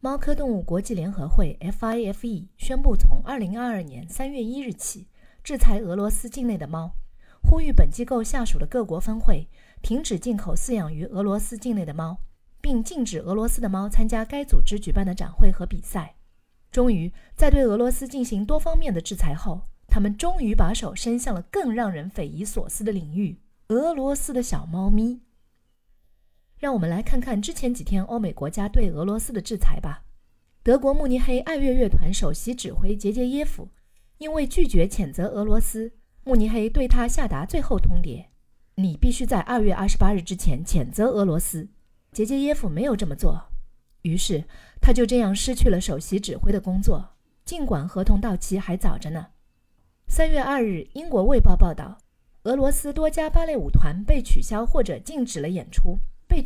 猫科动物国际联合会 FIFA 宣布从2022年3月1日起制裁俄罗斯境内的猫，呼吁本机构下属的各国分会停止进口饲养于俄罗斯境内的猫，并禁止俄罗斯的猫参加该组织举办的展会和比赛。终于，在对俄罗斯进行多方面的制裁后，他们终于把手伸向了更让人匪夷所思的领域——俄罗斯的小猫咪。让我们来看看之前几天欧美国家对俄罗斯的制裁吧。德国慕尼黑爱乐乐团首席指挥杰杰耶夫因为拒绝谴责俄罗斯，慕尼黑对他下达最后通牒：你必须在2月28日之前谴责俄罗斯。杰杰耶夫没有这么做，于是他就这样失去了首席指挥的工作，尽管合同到期还早着呢。3月2日，英国卫报报道，俄罗斯多家芭蕾舞团被取消或禁止了演出。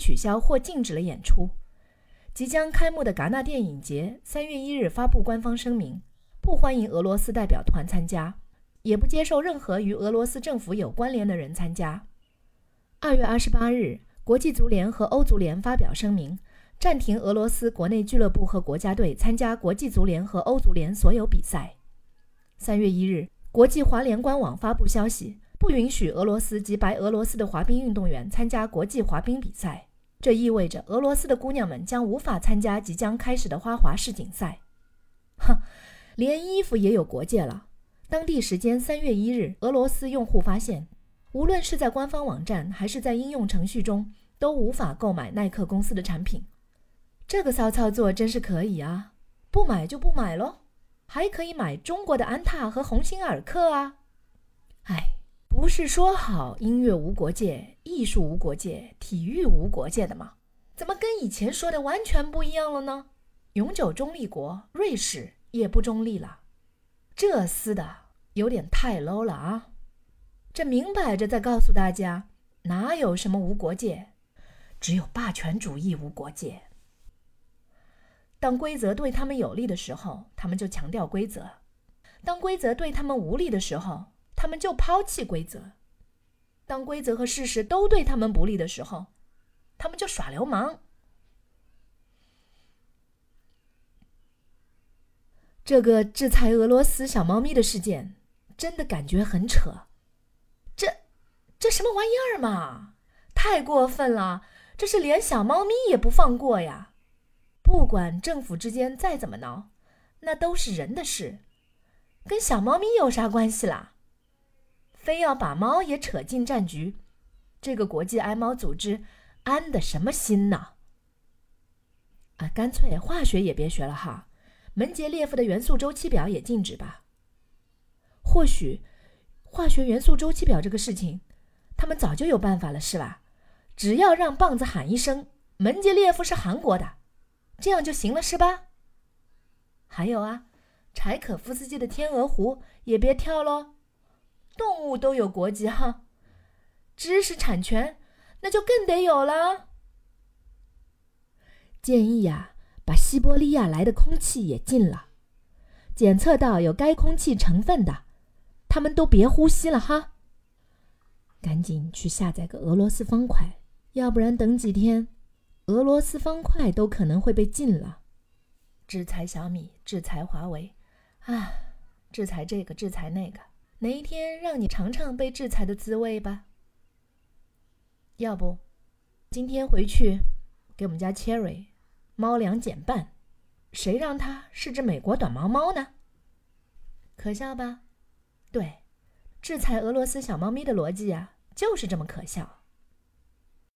即将开幕的戛纳电影节3月1日发布官方声明，不欢迎俄罗斯代表团参加，也不接受任何与俄罗斯政府有关联的人参加。2月28日，国际足联和欧足联发表声明，暂停俄罗斯国内俱乐部和国家队参加国际足联和欧足联所有比赛。3月1日，国际滑联官网发布消息，不允许俄罗斯及白俄罗斯的滑冰运动员参加国际滑冰比赛，这意味着俄罗斯的姑娘们将无法参加即将开始的花滑世锦赛。连衣服也有国界了。当地时间3月1日，俄罗斯用户发现，无论是在官方网站还是在应用程序中，都无法购买耐克公司的产品。这个骚操作真是可以啊，不买就不买咯，还可以买中国的安踏和鸿星尔克啊。不是说好音乐无国界、艺术无国界、体育无国界的吗？怎么跟以前说的完全不一样了呢？永久中立国瑞士也不中立了，这撕的有点太 low 了啊！这明摆着在告诉大家，哪有什么无国界，只有霸权主义无国界。当规则对他们有利的时候，他们就强调规则；当规则对他们无利的时候，他们就抛弃规则。当规则和事实都对他们不利的时候，他们就耍流氓。这个制裁俄罗斯小猫咪的事件真的感觉很扯。这什么玩意儿嘛，太过分了，这是连小猫咪也不放过呀。不管政府之间再怎么闹，那都是人的事，跟小猫咪有啥关系啦？非要把猫也扯进战局，这个国际爱猫组织安的什么心呢？干脆化学也别学了哈，门捷列夫的元素周期表也禁止吧。或许化学元素周期表这个事情，他们早就有办法了是吧？只要让棒子喊一声门捷列夫是韩国的，这样就行了是吧？还有啊，柴可夫斯基的天鹅湖也别跳咯，动物都有国籍哈，知识产权那就更得有了。建议把西伯利亚来的空气也禁了，检测到有该空气成分的，他们都别呼吸了哈。赶紧去下载个俄罗斯方块，要不然等几天，俄罗斯方块都可能会被禁了。制裁小米，制裁华为，制裁这个，制裁那个。哪一天让你尝尝被制裁的滋味吧。要不今天回去给我们家 Cherry 猫粮减半，谁让它是只美国短毛猫呢？可笑吧？对，制裁俄罗斯小猫咪的逻辑就是这么可笑。